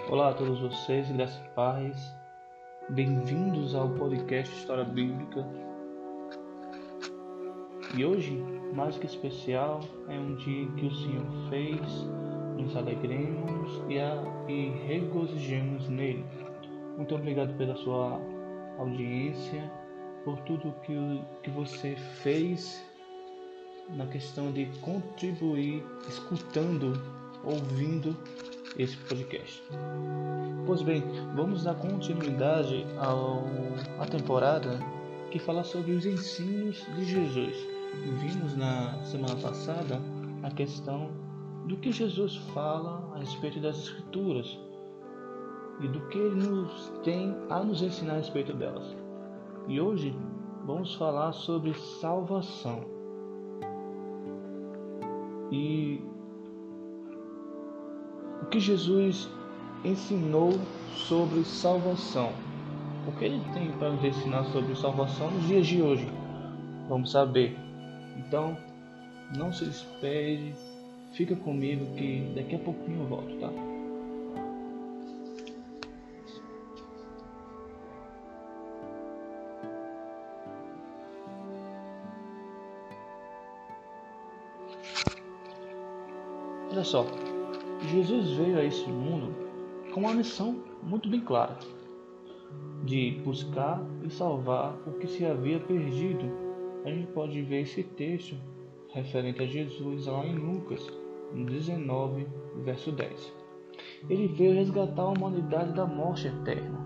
Olá a todos vocês, graça e paz. Bem-vindos ao podcast História Bíblica. E hoje, mais que especial, é um dia que o Senhor fez, nos alegremos e regozijemos nele. Muito obrigado pela sua audiência, por tudo que você fez na questão de contribuir, escutando, ouvindo esse podcast. Pois bem, vamos dar continuidade à temporada que fala sobre os ensinos de Jesus. Vimos na semana passada a questão do que Jesus fala a respeito das Escrituras e do que Ele nos tem a nos ensinar a respeito delas. E hoje vamos falar sobre salvação. E o que Jesus ensinou sobre salvação. O que ele tem para nos ensinar sobre salvação nos dias de hoje? Vamos saber. Então, não se despede, fica comigo que daqui a pouquinho eu volto, tá? Olha só, Jesus veio a esse mundo com uma missão muito bem clara, de buscar e salvar o que se havia perdido. A gente pode ver esse texto referente a Jesus lá em Lucas 19, verso 10. Ele veio resgatar a humanidade da morte eterna.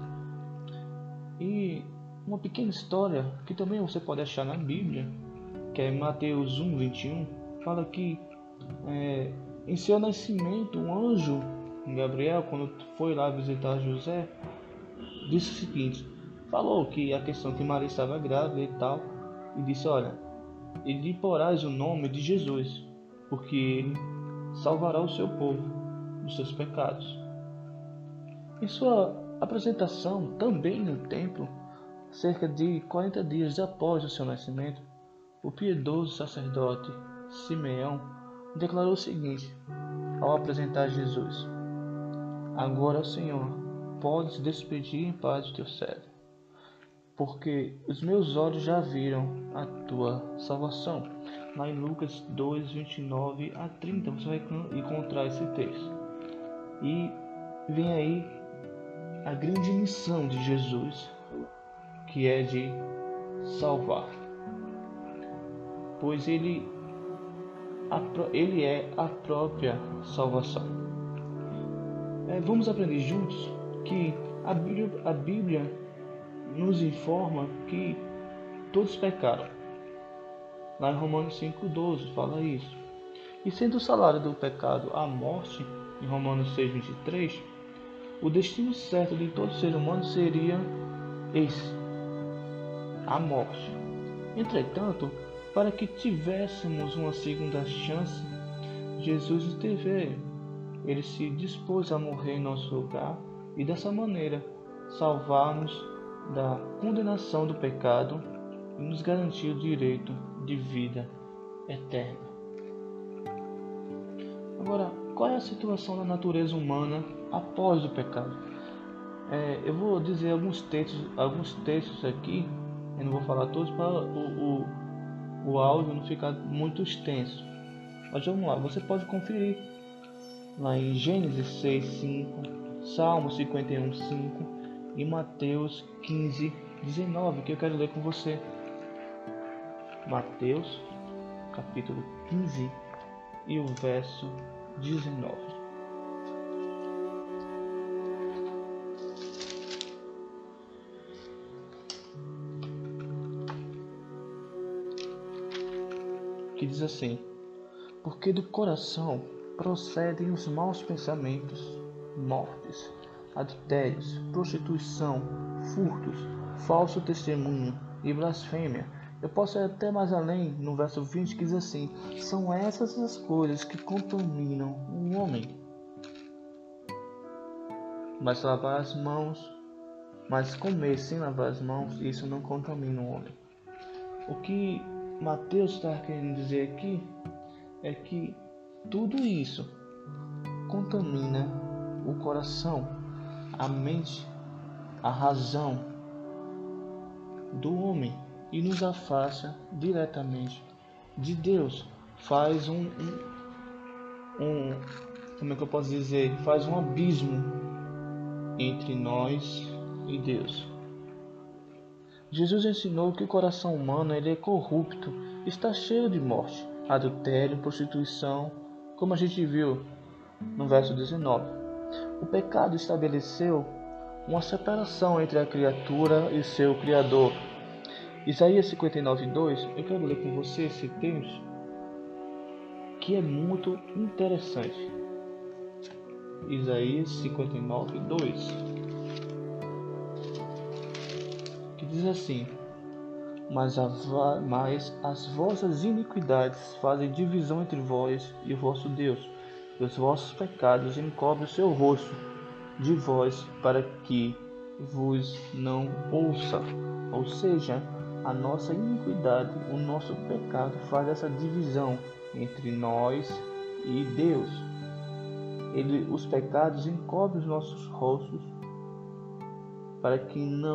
E uma pequena história que também você pode achar na Bíblia, que é em Mateus 1, 21, fala que em seu nascimento, um anjo, Gabriel, quando foi lá visitar José, disse o seguinte, falou que a questão que Maria estava grávida e tal, e disse, olha, e lhe porás o nome de Jesus, porque ele salvará o seu povo dos seus pecados. Em sua apresentação, também no templo, cerca de 40 dias após o seu nascimento, o piedoso sacerdote Simeão declarou o seguinte, ao apresentar Jesus, agora, Senhor, podes despedir em paz o teu servo, porque os meus olhos já viram a tua salvação. Lá em Lucas 2, 29 a 30, você vai encontrar esse texto. E vem aí a grande missão de Jesus, que é de salvar. Pois ele é a própria salvação. Vamos aprender juntos que a Bíblia nos informa que todos pecaram. Lá em Romanos 5,12 fala isso. E sendo o salário do pecado a morte, em Romanos 6,23, o destino certo de todo ser humano seria esse, a morte. Entretanto, para que tivéssemos uma segunda chance, Jesus esteve. Ele se dispôs a morrer em nosso lugar e dessa maneira salvar-nos da condenação do pecado e nos garantir o direito de vida eterna. Agora, qual é a situação da natureza humana após o pecado? Eu vou dizer alguns textos aqui, eu não vou falar todos para o áudio não ficar muito extenso. Mas vamos lá, você pode conferir lá em Gênesis 6:5, Salmo 51:5 e Mateus 15:19, que eu quero ler com você. Mateus, capítulo 15 e o verso 19. Que diz assim, porque do coração procedem os maus pensamentos, mortes, adultérios, prostituição, furtos, falso testemunho e blasfêmia. Eu posso ir até mais além, no verso 20, que diz assim, são essas as coisas que contaminam o homem. Mas comer sem lavar as mãos, isso não contamina o homem. O que Mateus está querendo dizer aqui é que tudo isso contamina o coração. a mente, a razão do homem e nos afasta diretamente de Deus. Faz como é que eu posso dizer? Faz um abismo entre nós e Deus. Jesus ensinou que o coração humano ele é corrupto, está cheio de morte, adultério, prostituição, como a gente viu no verso 19. O pecado estabeleceu uma separação entre a criatura e seu Criador. Isaías 59:2, eu quero ler com você esse texto, que é muito interessante. Isaías 59:2, que diz assim: mas as vossas iniquidades fazem divisão entre vós e o vosso Deus, e os vossos pecados encobrem o seu rosto de vós, para que vos não ouça. Ou seja, a nossa iniquidade, o nosso pecado faz essa divisão entre nós e Deus. Os pecados encobrem os nossos rostos para que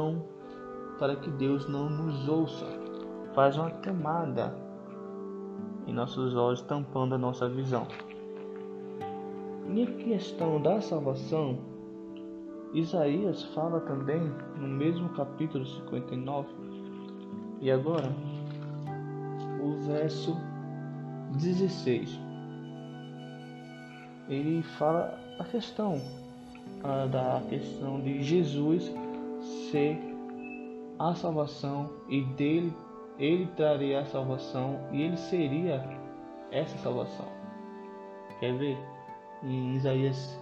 Deus não nos ouça. Faz uma camada em nossos olhos, tampando a nossa visão. E a questão da salvação, Isaías fala também no mesmo capítulo 59. E agora, o verso 16. Ele fala a questão de Jesus ser a salvação e dele ele traria a salvação e ele seria essa salvação. Quer ver? Em Isaías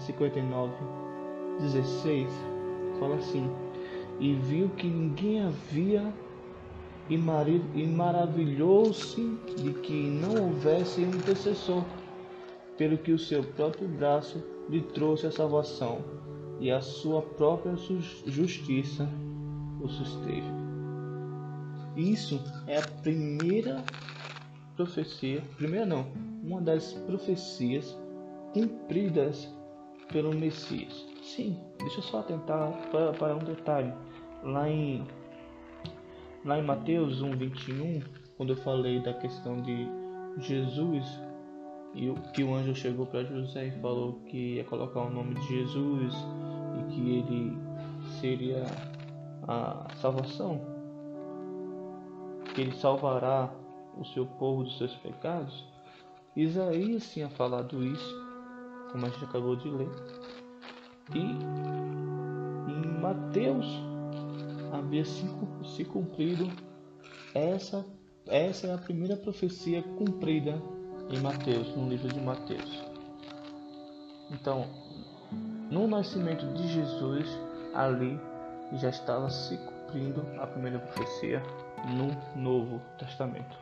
59:16 fala assim: e viu que ninguém havia e maravilhou-se de que não houvesse um intercessor, pelo que o seu próprio braço lhe trouxe a salvação, e a sua própria justiça o susteve. Isso é a primeira profecia, uma das profecias cumpridas pelo Messias. Sim, deixa eu só atentar para um detalhe. Lá em Mateus 1:21, quando eu falei da questão de Jesus, e que o anjo chegou para José e falou que ia colocar o nome de Jesus e que ele seria a salvação, que ele salvará o seu povo dos seus pecados. Isaías tinha falado isso, como a gente acabou de ler, e em Mateus havia se cumprido essa é a primeira profecia cumprida em Mateus, no livro de Mateus. Então, no nascimento de Jesus, ali já estava se cumprindo a primeira profecia no Novo Testamento.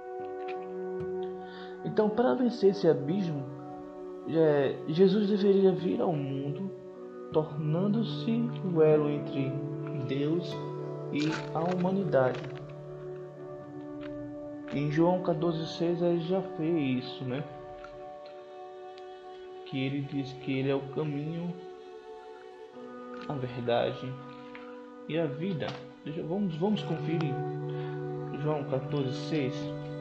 Então, para vencer esse abismo, Jesus deveria vir ao mundo, tornando-se o elo entre Deus e a humanidade. Em João 14:6 ele já fez isso, né? Que ele diz que ele é o caminho, a verdade e a vida. Vamos conferir. João 14:6.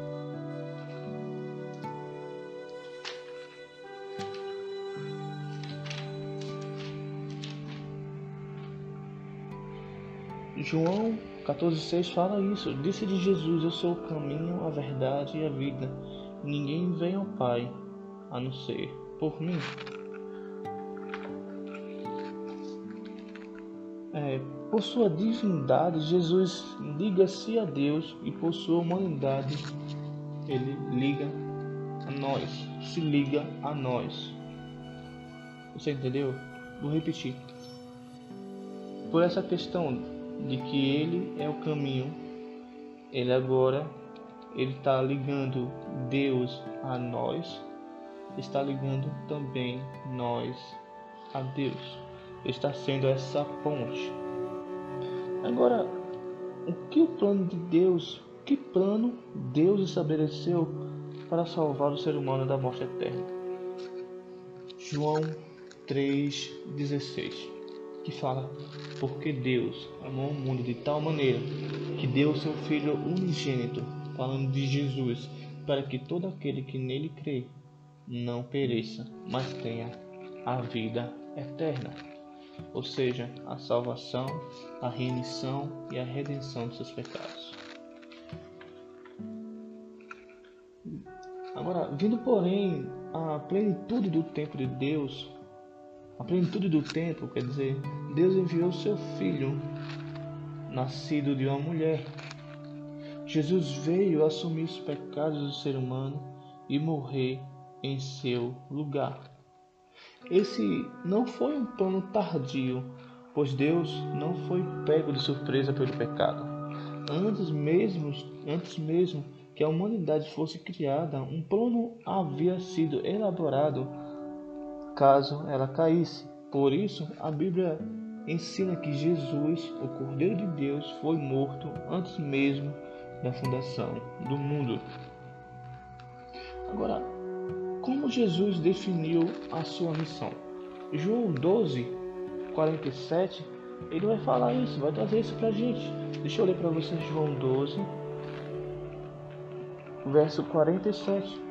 João 14:6 fala isso. Disse-lhe Jesus: eu sou o caminho, a verdade e a vida. Ninguém vem ao Pai a não ser por mim. Por sua divindade, Jesus liga-se a Deus, e por sua humanidade, ele se liga a nós. Você entendeu? Vou repetir. Por essa questão de que ele é o caminho, ele está ligando Deus a nós, está ligando também nós a Deus, está sendo essa ponte. Agora, que plano Deus estabeleceu para salvar o ser humano da morte eterna? João 3:16. que fala: porque Deus amou o mundo de tal maneira que deu o seu Filho unigênito, falando de Jesus, para que todo aquele que nele crê não pereça, mas tenha a vida eterna, ou seja, a salvação, a remissão e a redenção dos seus pecados. Agora, vindo porém a plenitude do tempo de Deus, a plenitude do tempo, quer dizer, Deus enviou seu Filho, nascido de uma mulher. Jesus veio assumir os pecados do ser humano e morrer em seu lugar. Esse não foi um plano tardio, pois Deus não foi pego de surpresa pelo pecado. Antes mesmo que a humanidade fosse criada, um plano havia sido elaborado caso ela caísse. Por isso, a Bíblia ensina que Jesus, o Cordeiro de Deus, foi morto antes mesmo da fundação do mundo. Agora, como Jesus definiu a sua missão? João 12:47, ele vai falar isso, vai trazer isso pra gente. Deixa eu ler para vocês João 12, verso 47.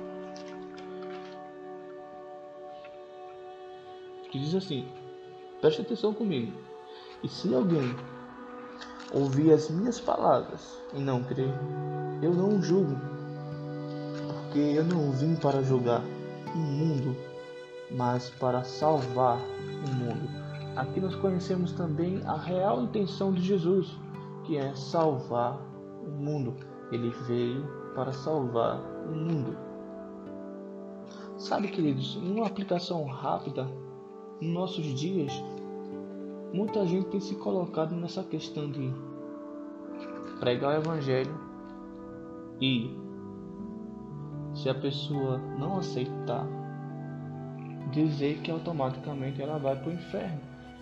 Que diz assim: preste atenção comigo. E se alguém ouvir as minhas palavras e não crer, eu não o julgo, porque eu não vim para julgar o mundo, mas para salvar o mundo. Aqui nós conhecemos também a real intenção de Jesus, que é salvar o mundo. Ele veio para salvar o mundo. Sabe, queridos, em uma aplicação rápida, nos nossos dias, muita gente tem se colocado nessa questão de pregar o Evangelho e, se a pessoa não aceitar, dizer que automaticamente ela vai para o inferno.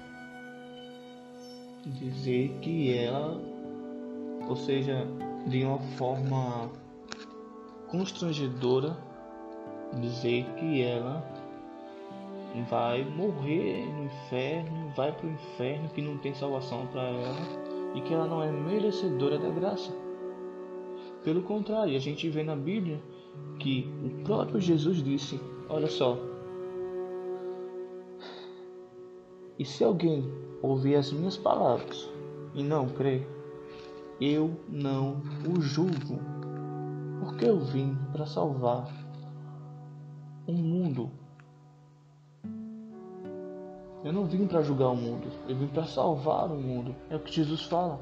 Dizer que ela, ou seja, de uma forma constrangedora, dizer que ela vai morrer no inferno, vai para o inferno, que não tem salvação para ela e que ela não é merecedora da graça. Pelo contrário, a gente vê na Bíblia que o próprio Jesus disse: olha só, e se alguém ouvir as minhas palavras e não crer, eu não o julgo, porque eu vim para salvar o mundo. Eu não vim para julgar o mundo, eu vim para salvar o mundo. É o que Jesus fala.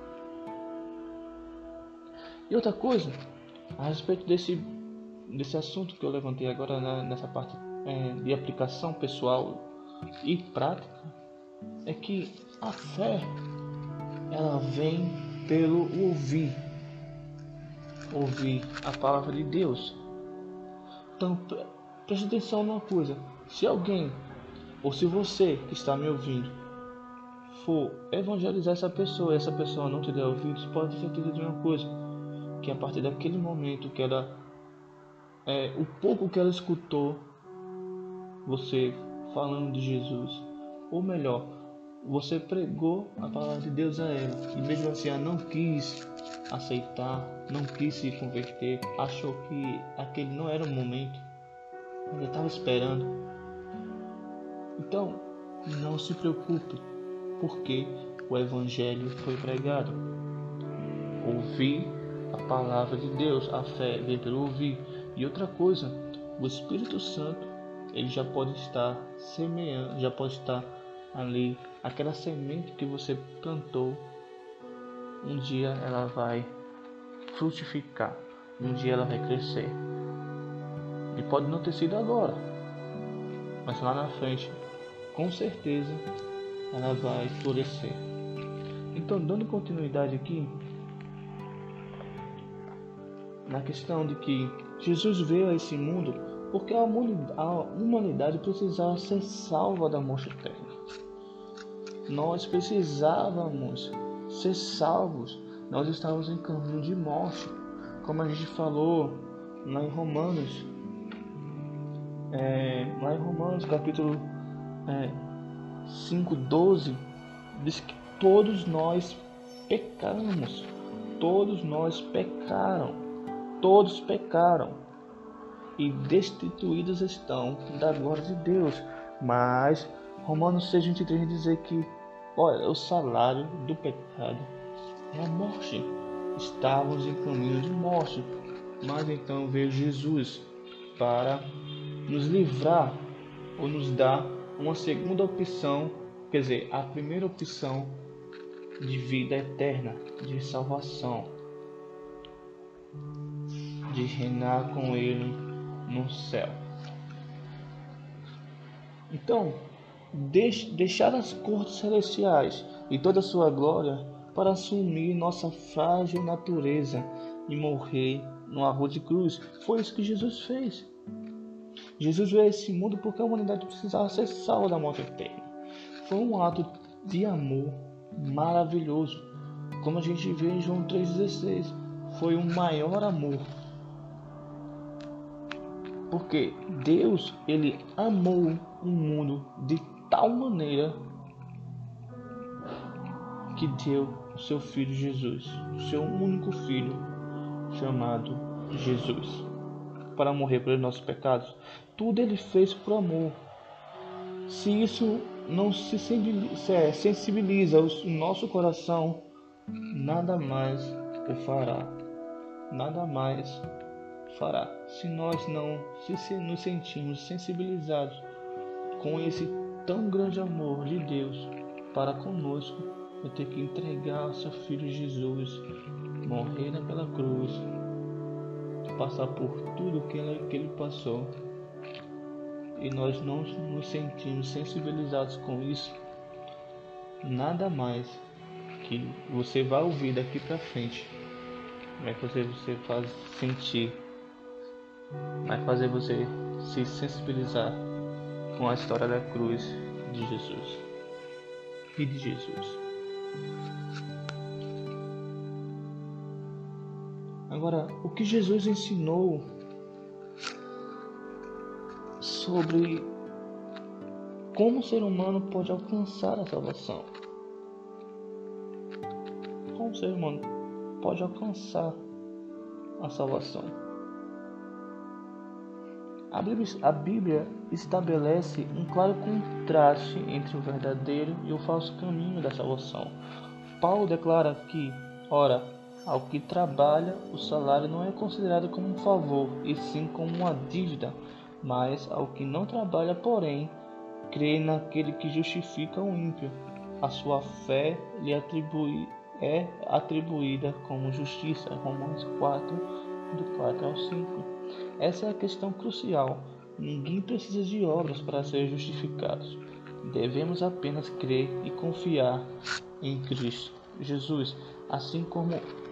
E outra coisa, a respeito desse assunto que eu levantei agora nessa parte de aplicação pessoal e prática, é que a fé, ela vem pelo ouvir a palavra de Deus. Então, preste atenção numa coisa: se alguém, ou se você que está me ouvindo, for evangelizar essa pessoa e essa pessoa não te der ouvidos, pode ter certeza de uma coisa, que a partir daquele momento que ela, o pouco que ela escutou você falando de Jesus, ou melhor, você pregou a palavra de Deus a ela, e mesmo assim ela não quis aceitar, não quis se converter, achou que aquele não era o momento, ela estava esperando. Então, não se preocupe, porque o Evangelho foi pregado. Ouvir a palavra de Deus, a fé vem pelo ouvir. E outra coisa, o Espírito Santo, ele já pode estar semeando, já pode estar ali, aquela semente que você plantou, um dia ela vai frutificar, um dia ela vai crescer. E pode não ter sido agora, mas lá na frente, com certeza, ela vai florescer. Então, dando continuidade aqui na questão de que Jesus veio a esse mundo porque a humanidade precisava ser salva da morte eterna. Nós precisávamos ser salvos. Nós estávamos em caminho de morte, como a gente falou lá em Romanos, capítulo 5:12 diz que todos nós pecamos. Todos nós pecaram. Todos pecaram. E destituídos estão da glória de Deus. Mas Romanos 6:23 diz que, olha, o salário do pecado é a morte. Estávamos em caminho de morte. Mas então veio Jesus para nos livrar ou nos dar uma segunda opção, quer dizer, a primeira opção de vida eterna, de salvação, de reinar com Ele no céu. Então, deixar as cortes celestiais e toda a sua glória para assumir nossa frágil natureza e morrer numa cruz de cruz. Foi isso que Jesus fez. Jesus veio a esse mundo porque a humanidade precisava ser salva da morte eterna. Foi um ato de amor maravilhoso. Como a gente vê em João 3,16, foi o maior amor. Porque Deus, Ele amou o mundo de tal maneira que deu o seu Filho Jesus, o seu único Filho, chamado Jesus, para morrer pelos nossos pecados. Tudo Ele fez por amor. Se isso não se sensibiliza o nosso coração, nada mais o fará. Nada mais fará. Se nós não nos sentimos sensibilizados com esse tão grande amor de Deus para conosco, vai ter que entregar o seu Filho Jesus, morrer naquela cruz, passar por tudo que ele passou, e nós não nos sentimos sensibilizados com isso, nada mais que você vai ouvir daqui para frente vai fazer você sentir, vai fazer você se sensibilizar com a história da cruz de Jesus e de Jesus. Agora, o que Jesus ensinou sobre como o ser humano pode alcançar a salvação? Como o ser humano pode alcançar a salvação? A Bíblia estabelece um claro contraste entre o verdadeiro e o falso caminho da salvação. Paulo declara que, ora, ao que trabalha, o salário não é considerado como um favor, e sim como uma dívida, mas ao que não trabalha, porém, crê naquele que justifica o ímpio, a sua fé lhe é atribuída como justiça. Romanos 4, do 4 ao 5. Essa é a questão crucial. Ninguém precisa de obras para ser justificados. Devemos apenas crer e confiar em Cristo Jesus. Assim como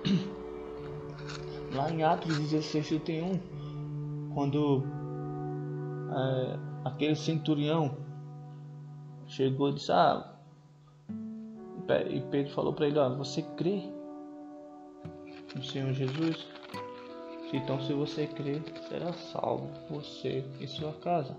lá em Atos 16:31, quando aquele centurião chegou e disse, e Pedro falou para ele, você crê no Senhor Jesus? Então, se você crer, será salvo, você e sua casa.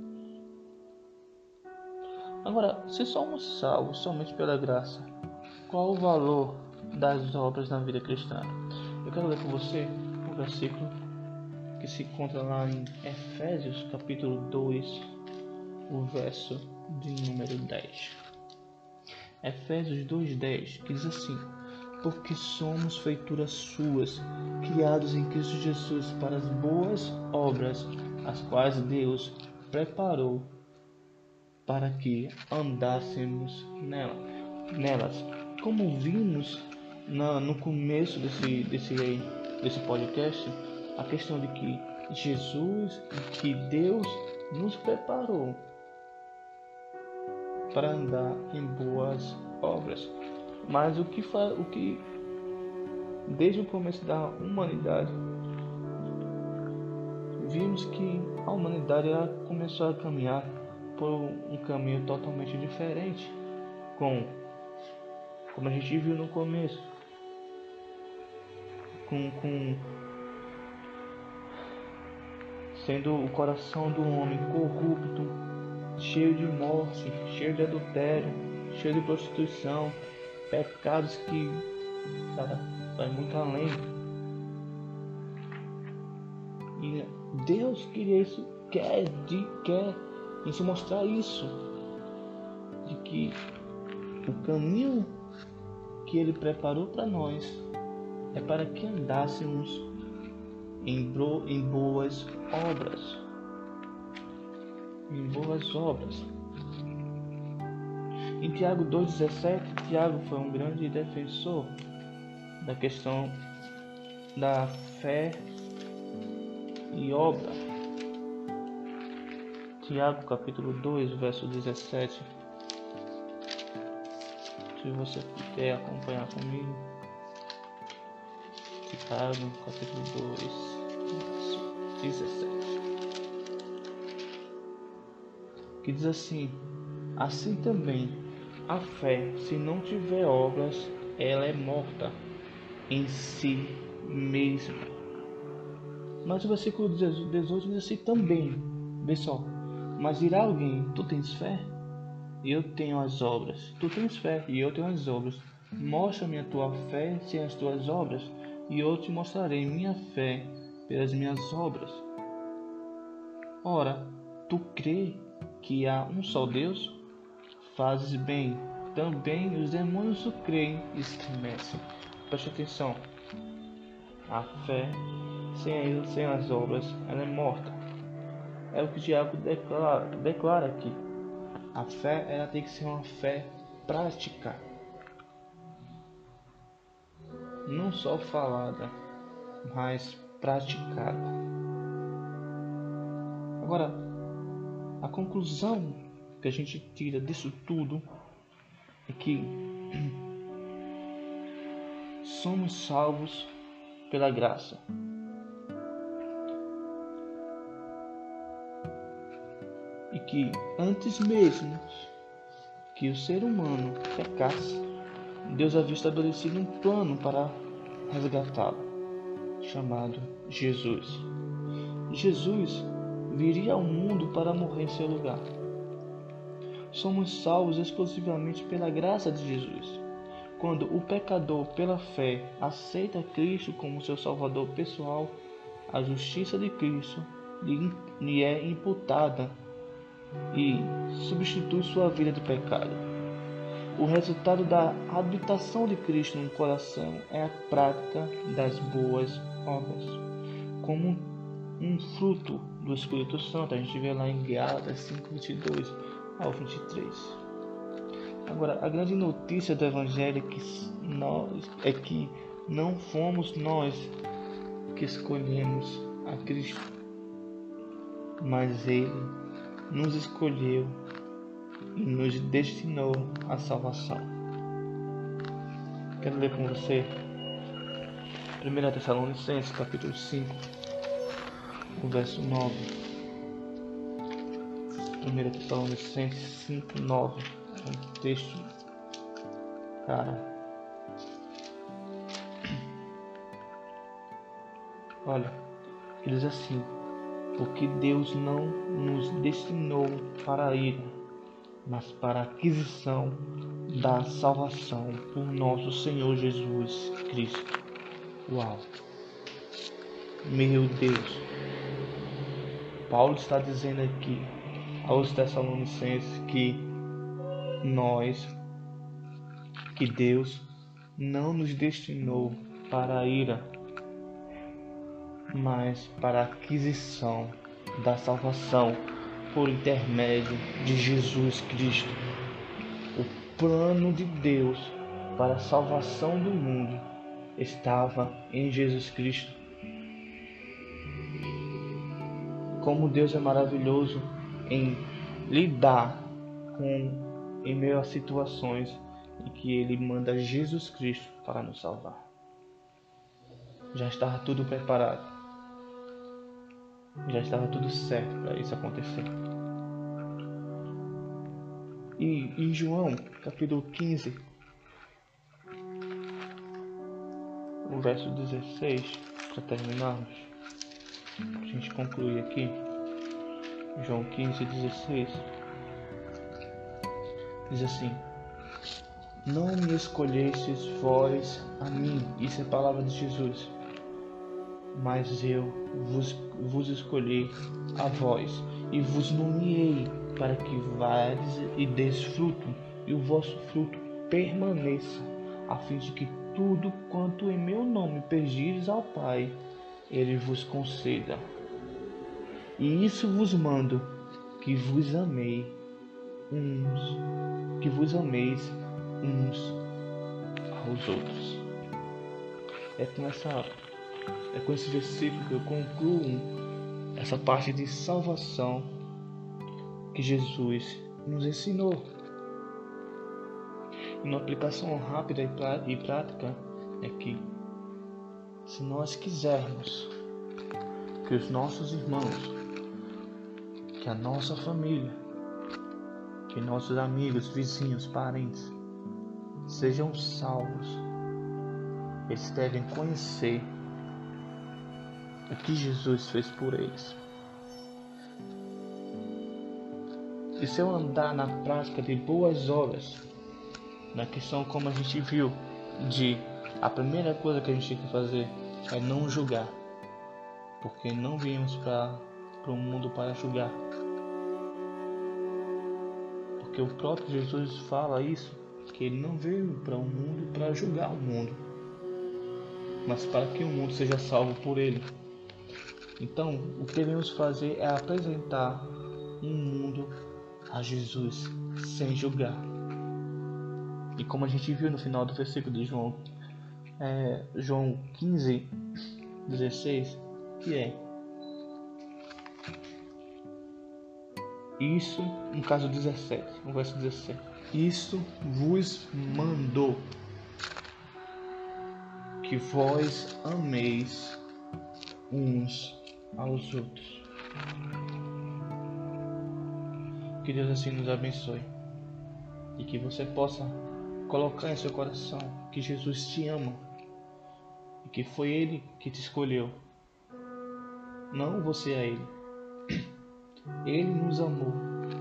Agora, se somos salvos somente pela graça, qual o valor das obras na vida cristã? Eu quero ler com você um versículo que se encontra lá em Efésios, capítulo 2, o verso de número 10. Efésios 2:10, que diz assim: porque somos feituras suas, criados em Cristo Jesus para as boas obras, as quais Deus preparou para que andássemos nelas. Como vimos no começo desse podcast, a questão de que Jesus, que Deus nos preparou para andar em boas obras. Mas o que desde o começo da humanidade vimos que a humanidade ela começou a caminhar por um caminho totalmente diferente, como a gente viu no começo, com sendo o coração do homem corrupto, cheio de morte, cheio de adultério, cheio de prostituição, pecados que, cara, vai muito além. E Deus queria isso, quer nos mostrar isso, de que o caminho que Ele preparou para nós é para que andássemos em boas obras. Em boas obras. Em Tiago 2,17, Tiago foi um grande defensor da questão da fé e obra. Tiago capítulo 2, verso 17. Se você puder acompanhar comigo. Tiago capítulo 2, verso 17. Que diz assim: assim também a fé, se não tiver obras, ela é morta em si mesma. Mas o versículo 18 diz assim também, vê só: mas dirá alguém, tu tens fé? Eu tenho as obras. Tu tens fé e eu tenho as obras. Mostra-me a tua fé sem as tuas obras, e eu te mostrarei minha fé pelas minhas obras. Ora, tu crê que há um só Deus? Fazes bem. Também os demônios o creem e estremecem. Preste atenção. A fé sem as obras, ela é morta. É o que o Tiago declara aqui. A fé, ela tem que ser uma fé prática. Não só falada, mas praticada. Agora, a conclusão que a gente tira disso tudo é que somos salvos pela graça. E que antes mesmo que o ser humano pecasse, Deus havia estabelecido um plano para resgatá-lo, chamado Jesus. Jesus viria ao mundo para morrer em seu lugar. Somos salvos exclusivamente pela graça de Jesus. Quando o pecador, pela fé, aceita Cristo como seu Salvador pessoal, a justiça de Cristo lhe é imputada e substitui sua vida de pecado. O resultado da habitação de Cristo no coração é a prática das boas obras, como um fruto do Espírito Santo. A gente vê lá em Gálatas 5:22 ao 23. Agora, a grande notícia do Evangelho é que não fomos nós que escolhemos a Cristo, mas Ele nos escolheu e nos destinou à salvação. Quero ler com você 1 Tessalonicenses capítulo 5, o verso 9. 1 Tessalonicenses 5:9. É um texto, cara, olha, que diz assim: porque Deus não nos destinou para a ira, mas para a aquisição da salvação por nosso Senhor Jesus Cristo. Uau! Meu Deus! Paulo está dizendo aqui aos Tessalonicenses que Deus não nos destinou para a ira, mas para a aquisição da salvação por intermédio de Jesus Cristo. O plano de Deus para a salvação do mundo estava em Jesus Cristo. Como Deus é maravilhoso em lidar em meio a situações em que Ele manda Jesus Cristo para nos salvar. Já estava tudo preparado. Já estava tudo certo para isso acontecer. E em João, capítulo 15, o verso 16, para terminarmos, a gente conclui aqui. João 15:16. Diz assim: não me escolhestes vós a mim, isso é a palavra de Jesus, mas eu vos escolhi a vós, e vos nomeei para que vades e deis fruto, e o vosso fruto permaneça, a fim de que tudo quanto em meu nome pedires ao Pai, Ele vos conceda. E isso vos mando, que vos ameis uns aos outros. É com esse versículo que eu concluo essa parte de salvação que Jesus nos ensinou. E uma aplicação rápida e prática é que, se nós quisermos que os nossos irmãos, que a nossa família, que nossos amigos, vizinhos, parentes sejam salvos, eles devem conhecer o que Jesus fez por eles. E se eu andar na prática de boas obras, na questão como a gente viu, a primeira coisa que a gente tem que fazer é não julgar, porque não viemos para o mundo para julgar. Porque o próprio Jesus fala isso, que ele não veio para o mundo para julgar o mundo, mas para que o mundo seja salvo por ele. Então, o que devemos fazer é apresentar um mundo a Jesus sem julgar. E como a gente viu no final do versículo de João 15, 16, que é isso, no caso 17, no verso 17, isso vos mandou, que vós ameis uns aos outros. Que Deus assim nos abençoe e que você possa colocar em seu coração que Jesus te ama e que foi Ele que te escolheu, não você a Ele. Ele nos amou,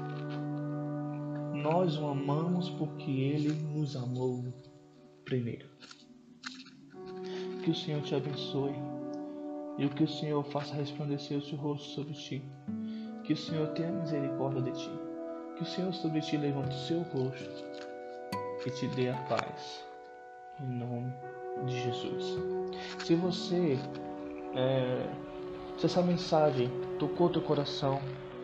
nós o amamos porque Ele nos amou primeiro. Que o Senhor te abençoe e o que o Senhor faça resplandecer o seu rosto sobre ti. Que o Senhor tenha misericórdia de ti. Que o Senhor sobre ti levante o seu rosto e te dê a paz. Em nome de Jesus. Se essa mensagem tocou teu coração,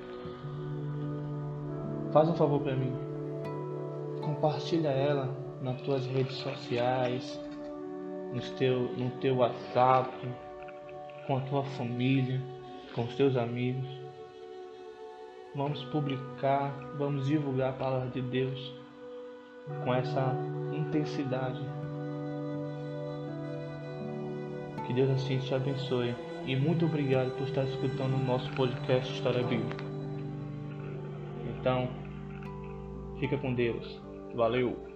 faz um favor para mim. Compartilha ela nas tuas redes sociais, no teu WhatsApp, com a tua família, com os teus amigos. Vamos publicar, vamos divulgar a palavra de Deus com essa intensidade. Que Deus assim te abençoe. E muito obrigado por estar escutando o nosso podcast História Bíblica. Então, fica com Deus. Valeu!